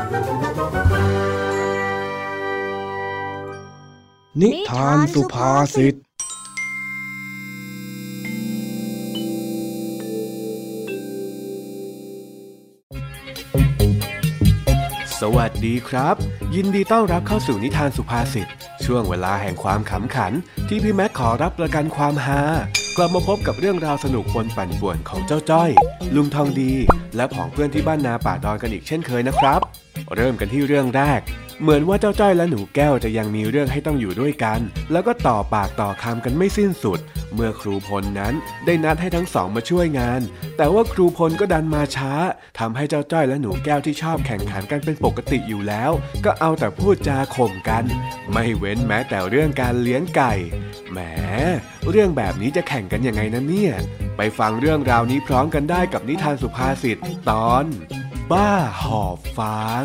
นิทานสุภาษิตสวัสดีครับยินดีต้อนรับเข้าสู่นิทานสุภาษิตช่วงเวลาแห่งความขำขันที่พี่แม็กขอรับประกันความฮากลับมาพบกับเรื่องราวสนุกปนปั่นป่วนของเจ้าจ้อยลุงทองดีและผองเพื่อนที่บ้านนาป่าดอนกันอีกเช่นเคยนะครับเริ่มกันที่เรื่องแรกเหมือนว่าเจ้าจ้อยและหนูแก้วจะยังมีเรื่องให้ต้องอยู่ด้วยกันแล้วก็ต่อปากต่อคำกันไม่สิ้นสุดเมื่อครูพลนั้นได้นัดให้ทั้งสองมาช่วยงานแต่ว่าครูพลก็ดันมาช้าทำให้เจ้าจ้อยและหนูแก้วที่ชอบแข่งขันกันเป็นปกติอยู่แล้วก็เอาแต่พูดจาข่มกันไม่เว้นแม้แต่เรื่องการเลี้ยงไก่แหมเรื่องแบบนี้จะแข่งกันยังไงนะเนี่ยไปฟังเรื่องราวนี้พร้อมกันได้กับนิทานสุภาษิตตอนบ้าหอบฟาง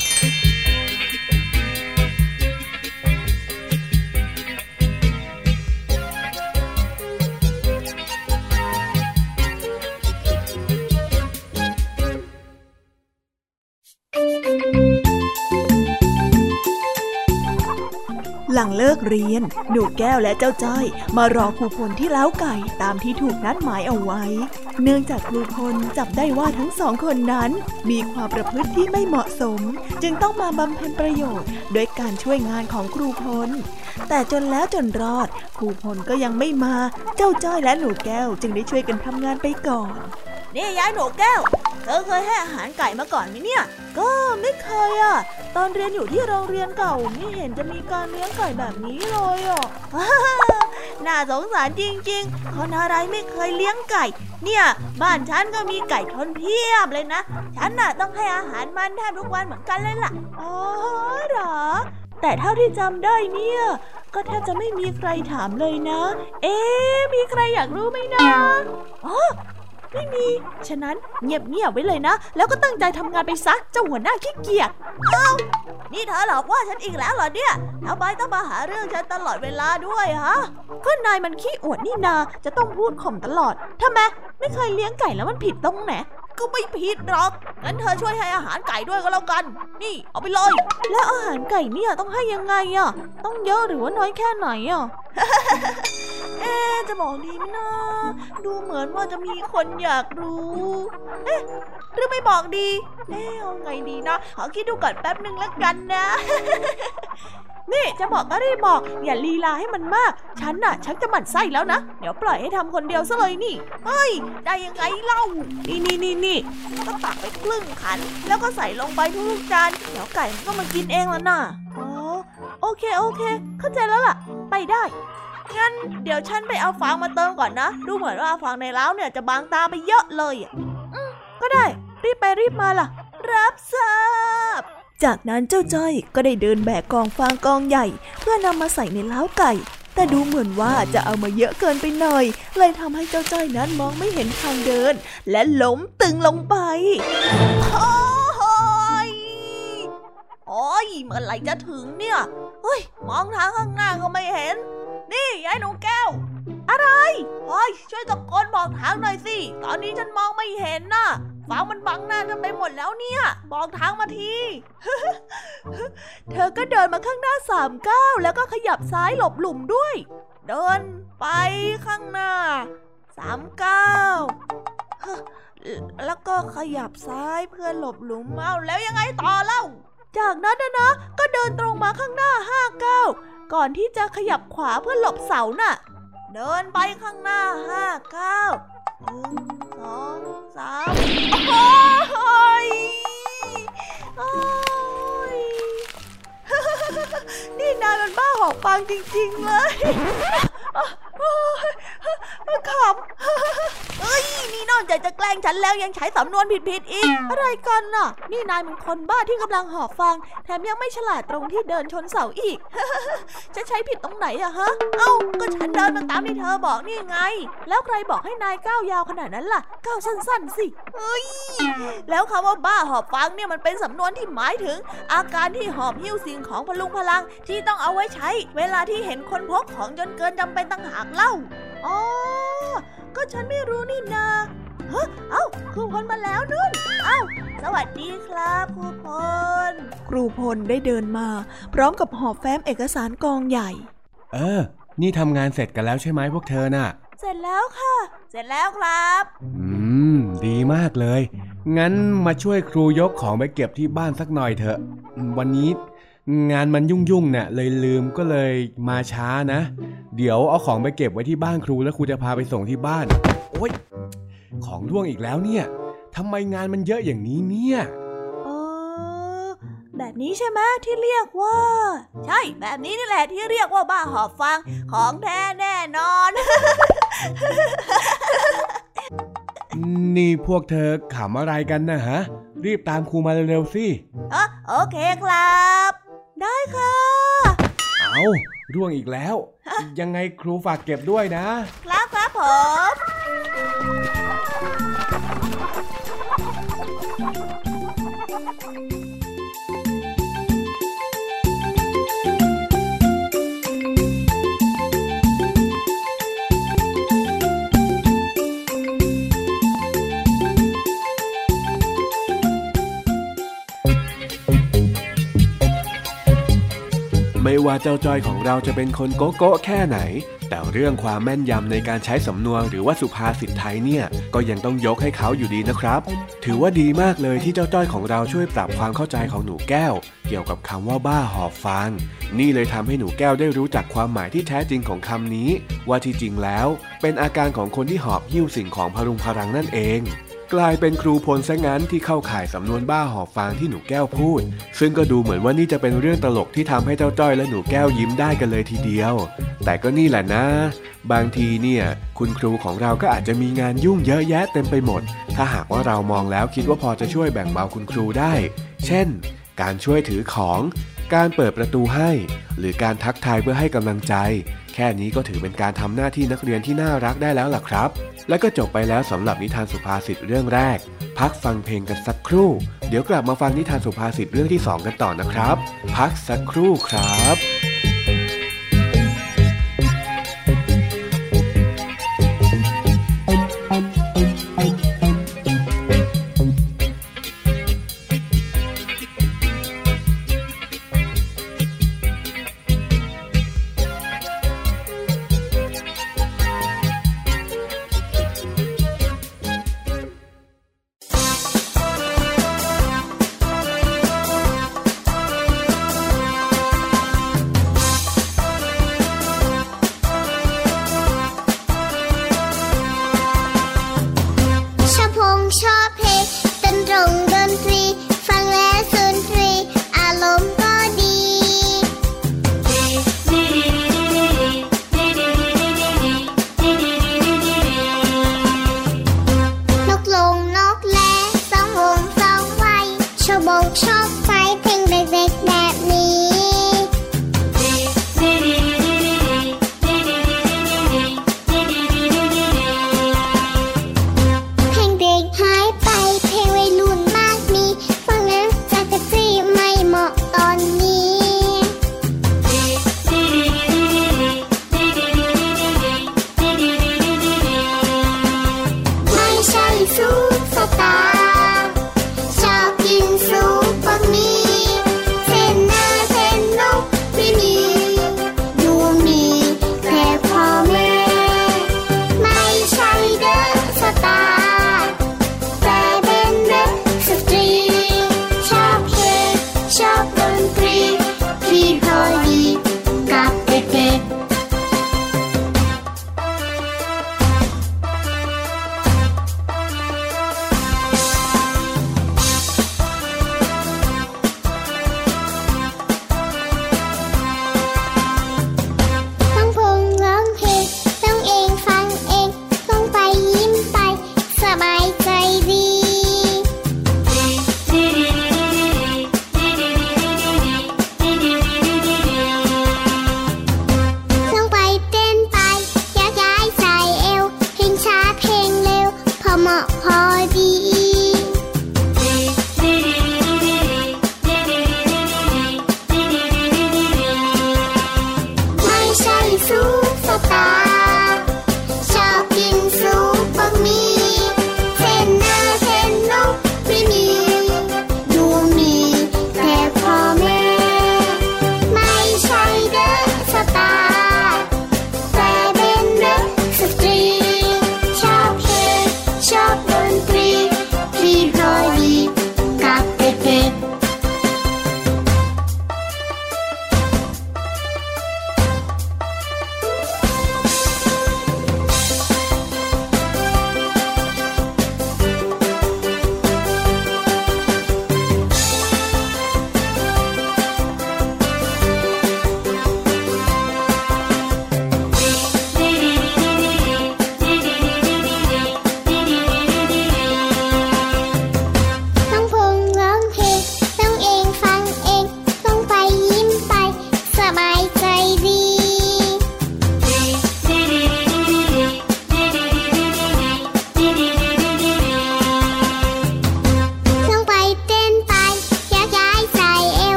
หลังเลิกเรียนหนูแก้วและเจ้าจ้อยมารอครูพลที่เล้าไก่ตามที่ถูกนัดหมายเอาไว้เนื่องจากครูพลจับได้ว่าทั้งสองคนนั้นมีความประพฤติที่ไม่เหมาะสมจึงต้องมาบำเพ็ญประโยชน์โดยการช่วยงานของครูพลแต่จนแล้วจนรอดครูพลก็ยังไม่มาเจ้าจ้อยและหนูแก้วจึงได้ช่วยกันทำงานไปก่อนนี่ยายหนูแก้วเธอเคยให้อาหารไก่มาก่อนไหมเนี่ยก็ไม่เคยอ่ะตอนเรียนอยู่ที่โรงเรียนเก่าไม่เห็นจะมีการเลี้ยงไก่แบบนี้เลยอ่ะ น่าสงสารจริงๆคนอะไรไม่เคยเลี้ยงไก่เนี่ยบ้านฉันก็มีไก่ชนเพียบเลยนะฉันน่ะต้องให้อาหารมันแทบทุกวันเหมือนกันเลยล่ะอ๋อเหรอแต่เท่าที่จำได้เนี่ยก็แทบจะไม่มีใครถามเลยนะมีใครอยากรู้ไหมนะอ๋อไม่มีฉะนั้นเงียบไว้เลยนะแล้วก็ตั้งใจทำงานไปซะเจ้าหัวหน้าขี้เกียจนี่เธอหลอกว่าฉันอีกแล้วเหรอเนี่ยทำไมต้องมาหาเรื่องฉันตลอดเวลาด้วยฮะก็นายมันขี้อวดนี่นาจะต้องพูดข่มตลอดทำไมไม่เคยเลี้ยงไก่แล้วมันผิดตรงไหนก็ไม่ผิดหรอกงั้นเธอช่วยให้อาหารไก่ด้วยก็แล้วกันนี่เอาไปเลยแล้วอาหารไก่เนี่ยต้องให้ยังไงอ่ะต้องเยอะหรือว่าน้อยแค่ไหนอ่ะ จะบอกดีไหมนะดูเหมือนว่าจะมีคนอยากรู้หรือไม่บอกดีเอาไงดีนะขอคิดดูก่อนแป๊บนึงแล้วกันนะ นี่จะบอกก็รีบบอกอย่าลีลาให้มันมากฉันน่ะชักจะหมั่นไส้แล้วนะเดี๋ยวปล่อยให้ทำคนเดียวซะเลยนี่เฮ้ยได้ยังไงเล่านี่ก็ตักไปครึ่งขันแล้วก็ใส่ลงไปทุกจานเดี๋ยวไก่มันก็มากินเองแล้วน่ะอ๋อโอเคเข้าใจแล้วล่ะไปได้งั้นเดี๋ยวฉันไปเอาฟางมาเติมก่อนนะดูเหมือนว่าฟางในเล้าเนี่ยจะบางตาไปเยอะเลยก็ได้รีบไปรีบมาล่ะรับทราบจากนั้นเจ้าจ้อยก็ได้เดินแบกกองฟางกองใหญ่เพื่อนำมาใส่ในเล้าไก่แต่ดูเหมือนว่าจะเอามาเยอะเกินไปหน่อยเลยทำให้เจ้าจ้อยนั้นมองไม่เห็นทางเดินและล้มตึงลงไปโอ้ยเมื่อไหร่จะถึงเนี่ยเฮ้ยมองทางข้างหน้าก็ไม่เห็นนี่ยายหนูแก้วอะไรเฮ้ยช่วยตะโกนบอกทางหน่อยสิตอนนี้ฉันมองไม่เห็นน่ะฟางมันบังหน้าฉันไปหมดแล้วเนี่ยบอกทางมาที เธอก็เดินมาข้างหน้า3 ก้าวแล้วก็ขยับซ้ายหลบหลุมด้วยเดินไปข้างหน้า3 ก้าวแล้วก็ขยับซ้ายเพื่อหลบหลุมแล้วยังไงต่อเล่าจากนั้นนะก็เดินตรงมาข้างหน้า5 ก้าวก่อนที่จะขยับขวาเพื่อหลบเสาน่ะเดินไปข้างหน้า5 ก้าว1 2 3โอ้ยนี่นายมันบ้าหอบฟางจริงๆเลยขำนี่นอกจากจะแกล้งฉันแล้วยังใช้สำนวนผิดอีกอะไรกันน่ะนี่นายมันคนบ้าที่กำลังหอบฟางแถมยังไม่ฉลาดตรงที่เดินชนเสาอีก จะใช้ผิดตรงไหนอะฮะก็ฉันเดินมาตามที่เธอบอกนี่ไงแล้วใครบอกให้นายก้าวยาวขนาดนั้นล่ะก้าวสั้นๆสิแล้วคำว่าบ้าหอบฟางเนี่ยมันเป็นสำนวนที่หมายถึงอาการที่หอบหิ้วสิ่งของพลุงพลังที่ต้องเอาไว้ใช้เวลาที่เห็นคนพกของจนเกินจำเป็นต่างหากเล่าก็ฉันไม่รู้นี่นาครูพลมาแล้วนุ่นสวัสดีครับครูพลครูพลได้เดินมาพร้อมกับหอบแฟ้มเอกสารกองใหญ่นี่ทำงานเสร็จกันแล้วใช่ไหมพวกเธอน่ะเสร็จแล้วค่ะเสร็จแล้วครับดีมากเลยงั้นมาช่วยครูยกของไปเก็บที่บ้านสักหน่อยเถอะวันนี้งานมันยุ่งๆเนี่ยเลยลืมก็เลยมาช้านะเดี๋ยวเอาของไปเก็บไว้ที่บ้านครูแล้วครูจะพาไปส่งที่บ้านโอ๊ยของร่วงอีกแล้วเนี่ยทำไมงานมันเยอะอย่างนี้เนี่ยแบบนี้ใช่ไหมที่เรียกว่าใช่แบบนี้นี่แหละที่เรียกว่าบ้าหอบฟางของแท้แน่นอนนี่พวกเธอขำอะไรกันนะฮะรีบตามครูมาเร็วๆสิโอเคครับได้ค่ะเอาร่วงอีกแล้ว ยังไงครูฝากเก็บด้วยครับผมไม่ว่าเจ้าจ้อยของเราจะเป็นคนโก๊ะโก๊ะแค่ไหนแต่เรื่องความแม่นยำในการใช้สำนวนหรือว่าสุภาษิตไทยเนี่ยก็ยังต้องยกให้เขาอยู่ดีนะครับถือว่าดีมากเลยที่เจ้าจ้อยของเราช่วยปรับความเข้าใจของหนูแก้วเกี่ยวกับคำว่าบ้าหอบฟางนี่เลยทำให้หนูแก้วได้รู้จักความหมายที่แท้จริงของคำนี้ว่าที่จริงแล้วเป็นอาการของคนที่หอบหิ้วสิ่งของพรุงพรังนั่นเองกลายเป็นครูพลซะงั้นที่เข้าข่ายสำนวนบ้าหอบฟางที่หนูแก้วพูดซึ่งก็ดูเหมือนว่านี่จะเป็นเรื่องตลกที่ทำให้เจ้าจ้อยและหนูแก้วยิ้มได้กันเลยทีเดียวแต่ก็นี่แหละนะบางทีเนี่ยคุณครูของเราก็อาจจะมีงานยุ่งเยอะแยะเต็มไปหมดถ้าหากว่าเรามองแล้วคิดว่าพอจะช่วยแบ่งเบาคุณครูได้เช่นการช่วยถือของการเปิดประตูให้หรือการทักทายเพื่อให้กำลังใจแค่นี้ก็ถือเป็นการทำหน้าที่นักเรียนที่น่ารักได้แล้วล่ะครับและก็จบไปแล้วสำหรับนิทานสุภาษิตเรื่องแรกพักฟังเพลงกันสักครู่เดี๋ยวกลับมาฟังนิทานสุภาษิตเรื่องที่2กันต่อนะครับพักสักครู่ครับซุปสตาร์ชอบกินซุปบะหมี่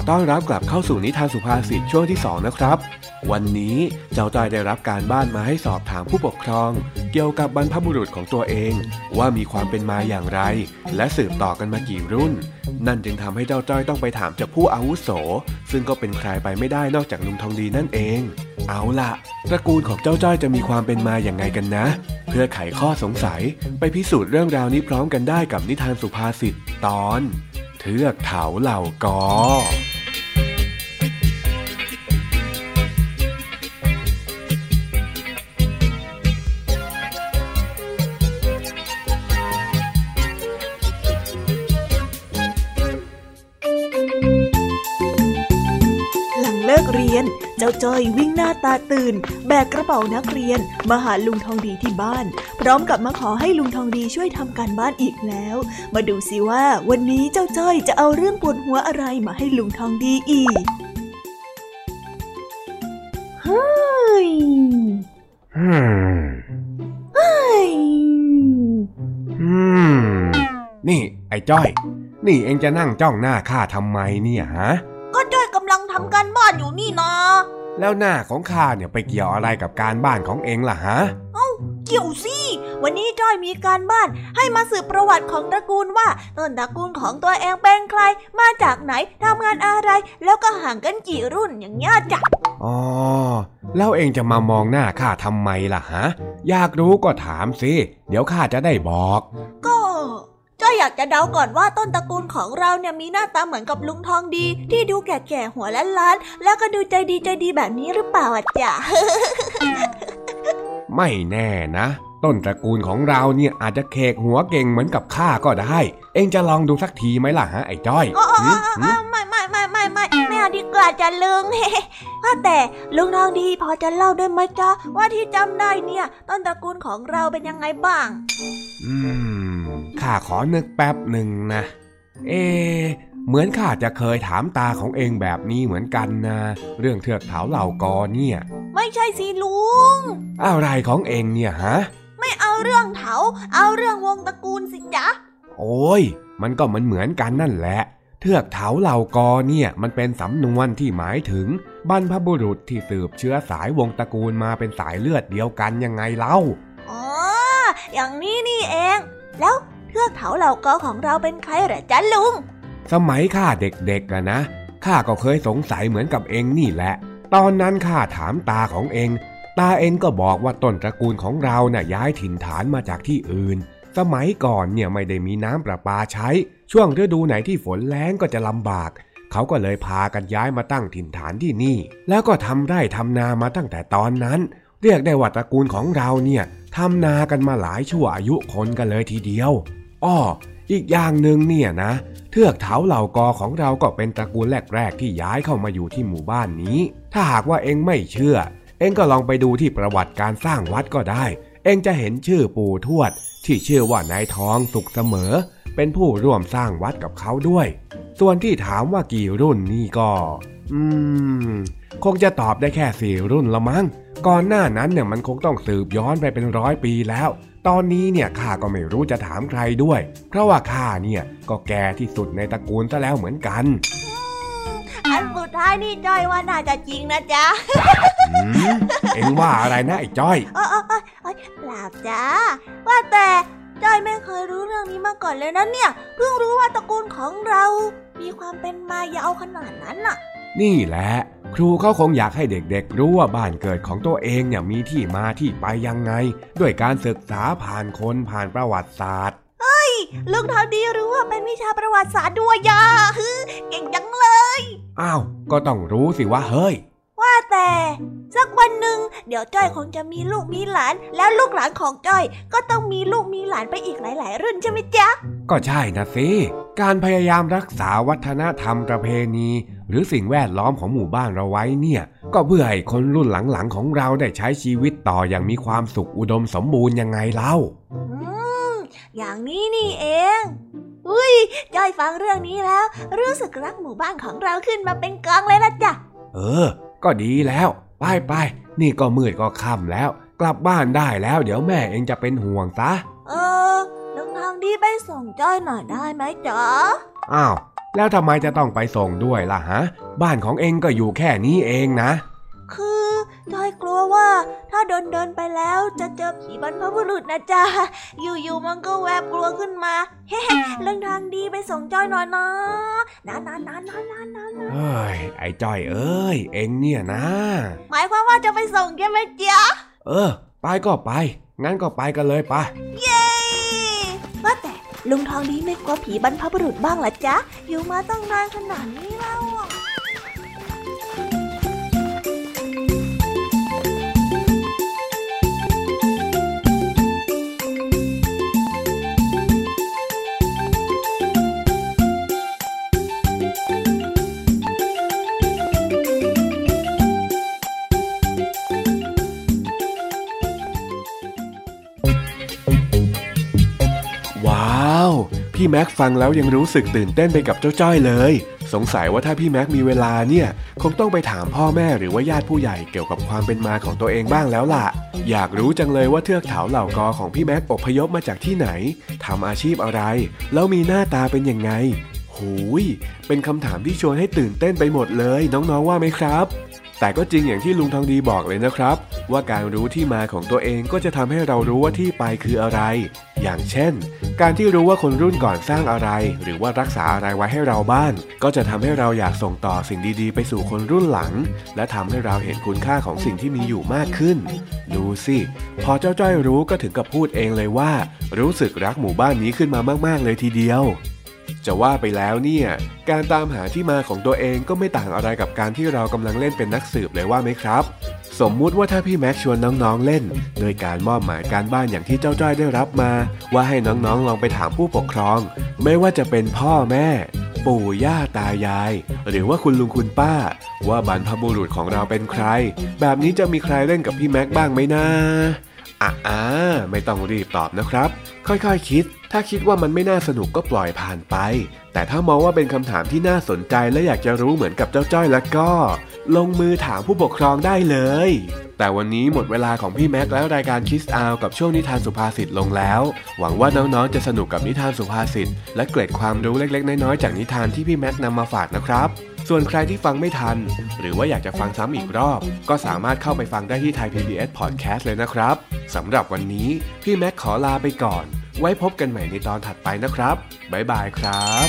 ต้อนรับกลับเข้าสู่นิทานสุภาษิตช่วงที่2นะครับวันนี้เจ้าจ้อยได้รับการบ้านมาให้สอบถามผู้ปกครองเกี่ยวกับบรรพบุรุษของตัวเองว่ามีความเป็นมาอย่างไรและสืบต่อกันมากี่รุ่นนั่นจึงทำให้เจ้าจ้อยต้องไปถามจากผู้อาวุโสซึ่งก็เป็นใครไปไม่ได้นอกจากลุงทองดีนั่นเองเอาล่ะตระกูลของเจ้าจ้อยจะมีความเป็นมาอย่างไงกันนะเพื่อไขข้อสงสัยไปพิสูจน์เรื่องราวนี้พร้อมกันได้กับนิทานสุภาษิตตอนเทือกเถาเหล่ากอเลิกเรียนเจ้าจ้อยวิ่งหน้าตาตื่นแบกกระเป๋านักเรียนมาหาลุงทองดีที่บ้านพร้อมกับมาขอให้ลุงทองดีช่วยทำการบ้านอีกแล้วมาดูสิว่าวันนี้เจ้าจ้อยจะเอาเรื่องปวดหัวอะไรมาให้ลุงทองดีอีกเฮ้ยนี่ไอ้จ้อยนี่เอ็งจะนั่งจ้องหน้าข้าทำไมเนี่ยฮะก็จ้อยกำลังทำการบ้านอยู่นี่นะแล้วหน้าของข้าเนี่ยไปเกี่ยวอะไรกับการบ้านของเอ็งล่ะฮะเกี่ยวสิวันนี้จ้อยมีการบ้านให้มาสืบประวัติของตระกูลว่าต้นตระกูลของตัวเองเป็นใครมาจากไหนทำงานอะไรแล้วก็ห่างกันกี่รุ่นอย่างเงี้ยจ้ะอ๋อแล้วเอ็งจะมามองหน้าข้าทำไมล่ะฮะอยากรู้ก็ถามสิเดี๋ยวข้าจะได้บอกก็จ้อยอยากจะเดาก่อนว่าต้นตระกูลของเราเนี่ยมีหน้าตาเหมือนกับลุงทองดีที่ดูแก่ๆหัวล้านๆแล้วก็ดูใจดีแบบนี้หรือเปล่าจ๊ะไม่แน่นะต้นตระกูลของเราเนี่ยอาจจะเคกหัวเก่งเหมือนกับข้าก็ได้เอ็งจะลองดูสักทีไหมล่ะฮะไอ้จ้อยไม่เอาดีกว่าจะลุงว่าแต่ลุงทองดีพอจะเล่าได้ไหมจ๊ะว่าที่จำได้เนี่ยต้นตระกูลของเราเป็นยังไงบ้างข้าขอนึกแป๊บหนึ่งนะเหมือนข้าจะเคยถามตาของเองแบบนี้เหมือนกันนะเรื่องเทือกเถาเหล่ากอเนี่ยไม่ใช่สิลุงอะไรของเองเนี่ยฮะไม่เอาเรื่องเถาเอาเรื่องวงตระกูลสิจ๊ะโอ้ยมันก็เหมือนกันนั่นแหละเทือกเถาเหล่ากอเนี่ยมันเป็นสำนวนที่หมายถึงบรรพบุรุษที่สืบเชื้อสายวงตระกูลมาเป็นสายเลือดเดียวกันยังไงเล่าอ๋ออย่างนี้นี่เองแล้วเทือกเถาเหล่ากอของเราเป็นใครเหรอจ๊ะลุงสมัยข้าเด็กๆนะข้าก็เคยสงสัยเหมือนกับเองนี่แหละตอนนั้นข้าถามตาของเองตาเองก็บอกว่าต้นตระกูลของเราน่ะย้ายถิ่นฐานมาจากที่อื่นสมัยก่อนเนี่ยไม่ได้มีน้ำประปาใช้ช่วงฤดูไหนที่ฝนแล้งก็จะลำบากเขาก็เลยพากันย้ายมาตั้งถิ่นฐานที่นี่แล้วก็ทำไร่ทำนามาตั้งแต่ตอนนั้นเรียกได้ว่าตระกูลของเราเนี่ยทำนากันมาหลายชั่วอายุคนกันเลยทีเดียวอ้ออีกอย่างหนึ่งเนี่ยนะเทือกเถาเหล่ากอของเราก็เป็นตระกูลแรกๆที่ย้ายเข้ามาอยู่ที่หมู่บ้านนี้ถ้าหากว่าเอ็งไม่เชื่อเอ็งก็ลองไปดูที่ประวัติการสร้างวัดก็ได้เอ็งจะเห็นชื่อปู่ทวดที่ชื่อว่านายทองสุขเสมอเป็นผู้ร่วมสร้างวัดกับเขาด้วยส่วนที่ถามว่ากี่รุ่นนี่ก็คงจะตอบได้แค่4รุ่นละมั้งก่อนหน้านั้นเนี่ยมันคงต้องสืบย้อนไปเป็น100 ปีแล้วตอนนี้เนี่ยข้าก็ไม่รู้จะถามใครด้วยเพราะว่าข้าเนี่ยก็แก่ที่สุดในตระกูลซะแล้วเหมือนกันอันสุดท้ายนี่จ้อยว่าน่าจะจริงนะจ๊ะเอ็งว่าอะไรนะไอ้จ้อยเปล่าจ้าว่าแต่จ้อยไม่เคยรู้เรื่องนี้มาก่อนเลยนะเนี่ยเพิ่งรู้ว่าตระกูลของเรามีความเป็นมายาวขนาดนั้นน่ะนี่แหละครูเขาคงอยากให้เด็กๆรู้ว่าบ้านเกิดของตัวเองเนี่ยมีที่มาที่ไปยังไงด้วยการศึกษาผ่านคนผ่านประวัติศาสตร์เฮ้ยลุงทองดีรู้ว่าเป็นวิชาประวัติศาสตร์ด้วยย่าเก่งจังเลยอ้าวก็ต้องรู้สิว่าเฮ้ยว่าแต่สักวันหนึ่งเดี๋ยวจ้อยคงจะมีลูกมีหลานแล้วลูกหลานของจ้อยก็ต้องมีลูกมีหลานไปอีกหลายๆรุ่นใช่ไหมจ๊ะก็ใช่นะสิการพยายามรักษาวัฒนธรรมประเพณีหรือสิ่งแวดล้อมของหมู่บ้านเราไว้เนี่ยก็เพื่อให้คนรุ่นหลังๆของเราได้ใช้ชีวิตต่ออย่างมีความสุขอุดมสมบูรณ์ยังไงเล่าอย่างนี้นี่เองจ้อยฟังเรื่องนี้แล้วรู้สึกรักหมู่บ้านของเราขึ้นมาเป็นกองเลยละจ้ะก็ดีแล้วไปนี่ก็มืดก็ค่ำแล้วกลับบ้านได้แล้วเดี๋ยวแม่เองจะเป็นห่วงซะลุงทองดีไปส่งจ้อยหน่อยได้ไหมจ๊ะอ้าวแล้วทำไมจะต้องไปส่งด้วยล่ะฮะบ้านของเองก็อยู่แค่นี้เองนะคือจ้อยกลัวว่าถ้าเดินไปแล้วจะเจอผีบรรพบุรุษนะจ๊ะอยู่ๆมันก็แวบกลัวขึ้นมาเฮ้เรื่องทางดีไปส่งจ้อยหน่อยนะเฮ้ยไอ้จ้อยเอ้ยเองเนี่ยนะหมายความว่าจะไปส่งใช่ไหมจ๊ะไปก็ไปงั้นก็ไปกันเลยปะเย้ว่าแต่ลุงทองดีไม่กลัวผีบรรพบุรุษบ้างเหรอจ๊ะอยู่มาตั้งนานขนาดนี้แล้วพี่แม็กฟังแล้วยังรู้สึกตื่นเต้นไปกับเจ้าจ้อยเลยสงสัยว่าถ้าพี่แม็กมีเวลาเนี่ยคงต้องไปถามพ่อแม่หรือว่าญาติผู้ใหญ่เกี่ยวกับความเป็นมาของตัวเองบ้างแล้วล่ะอยากรู้จังเลยว่าเทือกเขาเหล่ากอของพี่แม็กอพยพมาจากที่ไหนทำอาชีพอะไรแล้วมีหน้าตาเป็นยังไงหูยเป็นคำถามที่ชวนให้ตื่นเต้นไปหมดเลยน้องๆว่าไหมครับแต่ก็จริงอย่างที่ลุงทองดีบอกเลยนะครับว่าการรู้ที่มาของตัวเองก็จะทำให้เรารู้ว่าที่ไปคืออะไรอย่างเช่นการที่รู้ว่าคนรุ่นก่อนสร้างอะไรหรือว่ารักษาอะไรไว้ให้เราบ้างก็จะทำให้เราอยากส่งต่อสิ่งดีๆไปสู่คนรุ่นหลังและทำให้เราเห็นคุณค่าของสิ่งที่มีอยู่มากขึ้นดูสิพอเจ้าจ้อยรู้ก็ถึงกับพูดเองเลยว่ารู้สึกรักหมู่บ้านนี้ขึ้นมามากๆเลยทีเดียวจะว่าไปแล้วเนี่ยการตามหาที่มาของตัวเองก็ไม่ต่างอะไรกับการที่เรากำลังเล่นเป็นนักสืบเลยว่าไหมครับสมมุติว่าถ้าพี่แม็กชวนน้องๆเล่นโดยการมอบหมายการบ้านอย่างที่เจ้าจ้อยได้รับมาว่าให้น้องๆลองไปถามผู้ปกครองไม่ว่าจะเป็นพ่อแม่ปู่ย่าตายายหรือว่าคุณลุงคุณป้าว่าบรรพบุรุษของเราเป็นใครแบบนี้จะมีใครเล่นกับพี่แม็กบ้างไหมนะไม่ต้องรีบตอบนะครับค่อยๆคิดถ้าคิดว่ามันไม่น่าสนุกก็ปล่อยผ่านไปแต่ถ้ามองว่าเป็นคำถามที่น่าสนใจและอยากจะรู้เหมือนกับเจ้าจ้อยแล้วก็ลงมือถามผู้ปกครองได้เลยแต่วันนี้หมดเวลาของพี่แม็กและรายการคิสอาวกับช่วงนิทานสุภาษิตลงแล้วหวังว่าน้องๆจะสนุกกับนิทานสุภาษิตและเกร็ดความรู้เล็กๆน้อยๆจากนิทานที่พี่แม็กนำมาฝากนะครับส่วนใครที่ฟังไม่ทันหรือว่าอยากจะฟังซ้ำอีกรอบก็สามารถเข้าไปฟังได้ที่ Thai PBS Podcast เลยนะครับสำหรับวันนี้พี่แม็กขอลาไปก่อนไว้พบกันใหม่ในตอนถัดไปนะครับบ๊ายบายครับ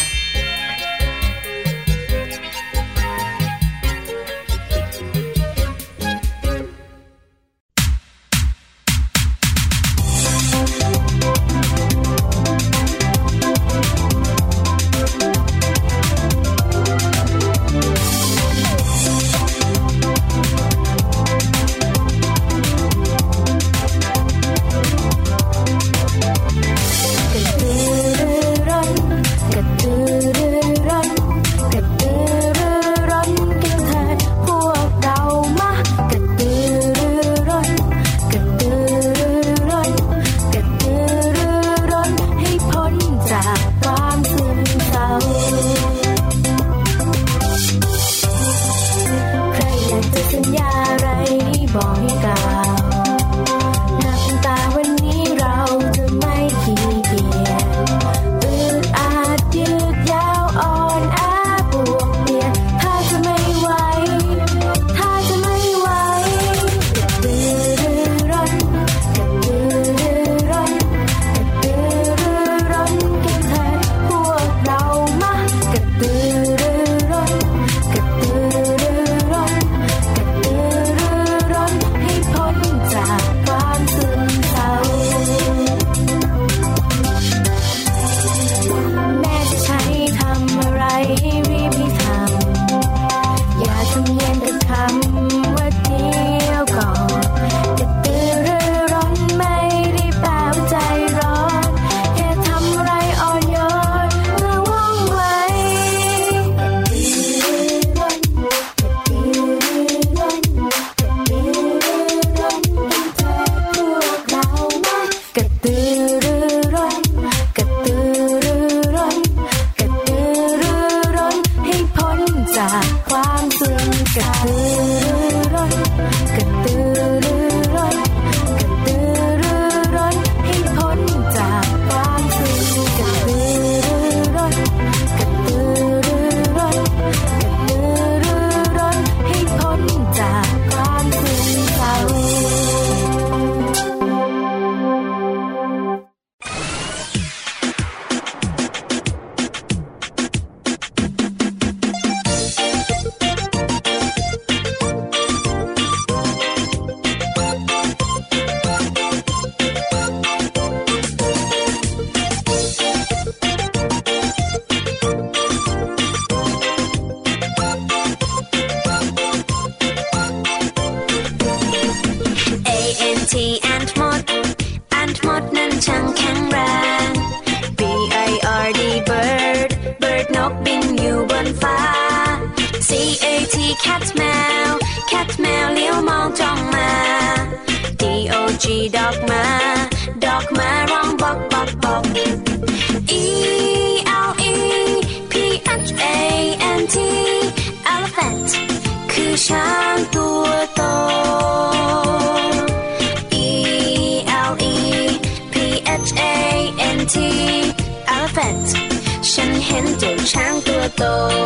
T elephant ฉันเห็นเจ้าช้างตัวโต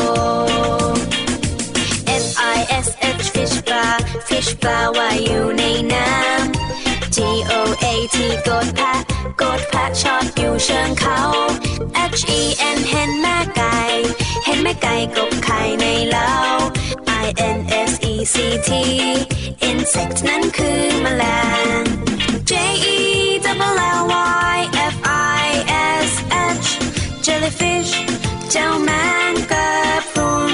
F I S H fish ปลาว่ายอยู่ในน้ำ G O A T โกดแพะชอดอยู่เชิงเขา H E N เห็นแม่ไก่กบไข่ในเล้า I N S E C T insect นั้นคือแมลง J E L L Y F I S H jellyfish เจ้าแมงกะพรุน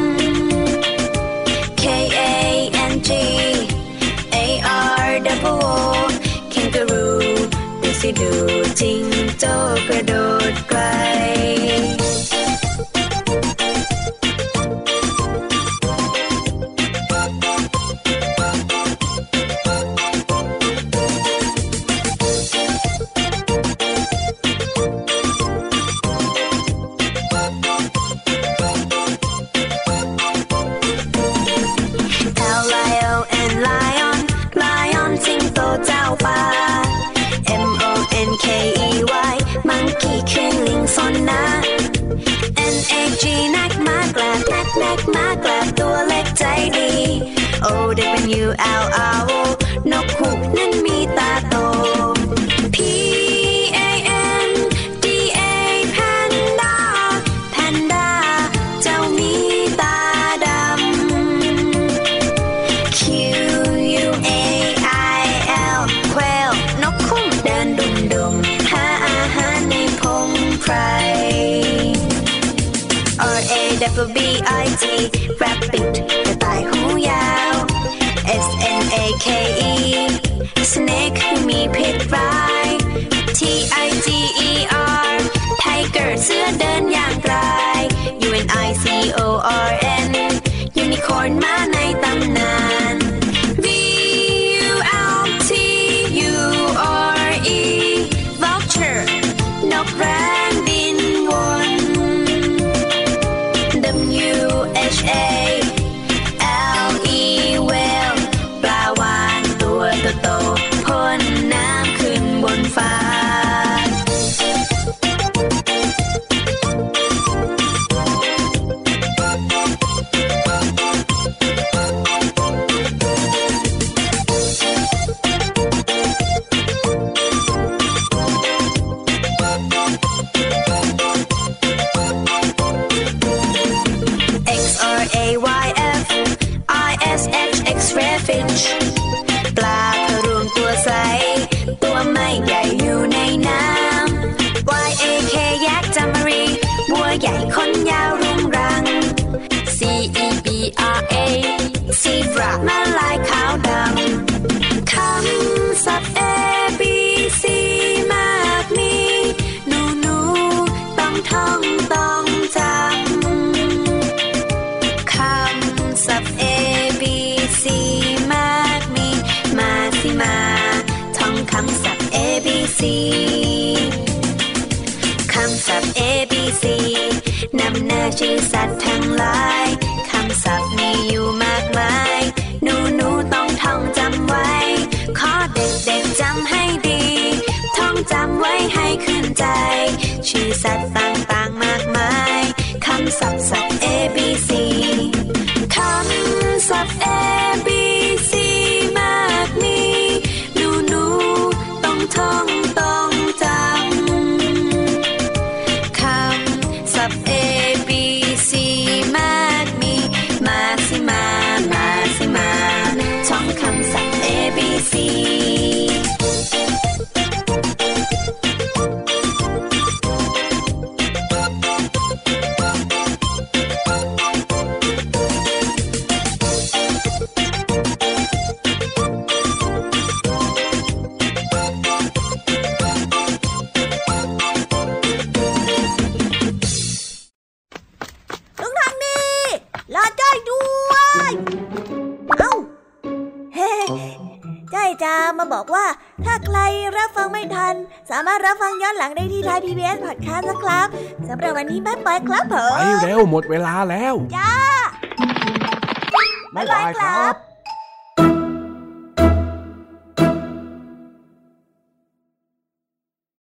K A N G A R O kangaroo ดูสิดูจิงโจ้กระโดดไกลมากลับตัวเล็กใจดี O W L R O นกฮูกนั้นมีตาโต P A N D A panda เจ้ามีตาดำ Q U A I L quail นกคุ้มเดินดุ่มหาอาหารในพงไพรR A W B I T rabbit กระต่ายหูยาว S N A K E snake มีพิษร้าย T I G E R tiger เสือเดินอย่างไกล U N I C O R N unicorn ม้าในตำนาน V U L T U R E vulture นกแร้งบินวนW H A L E whale ปลาวาฬตัวโตๆพ่นน้ำขึ้นบนฟ้า X R A Y F I S H X-ray fish ปลาพะรวงตัวใสตัวไม่ใหญ่อยู่ในน้ำ Y A K ยักษ์จามรีบัวใหญ่ขนยาวรุงรัง C E B R A zebra แม่ลายขาวดำคำศัพท์ A B C มากมีหนูต้องท่องต้องจำคำศัพท์ A B C มากมีมาสิมาท่องคำศัพท์ A B C คำศัพท์ A B C นำหน้าชื่อสัตว์ทั้งหลายคำศัพท์มีอยู่มากมายหนูต้องท่องจำไว้ขอเด็กๆจำให้ดีท่องจำไว้ให้ขึ้นใจชื่อสัตว์ต่างๆมากมายคำศัพท์ A B C คำศัพท์ A B C มากมีหนูต้องท่องต้องจำคำศัพท์ A B C มากมีมาสิมาท่องคำศัพท์ A B C ลุงทางนี้รอจ้อยด้วยเอ้าเฮ้จ้อยจะมาบอกว่าถ้าใครรับฟังไม่ทันสามารถรับฟังย้อนหลังได้ที่ Thai PBS Podcast นะครับสำหรับวันนี้บ๊ายบายครับผมไปเร็วหมดเวลาแล้วจ้าบ๊ายบายครับ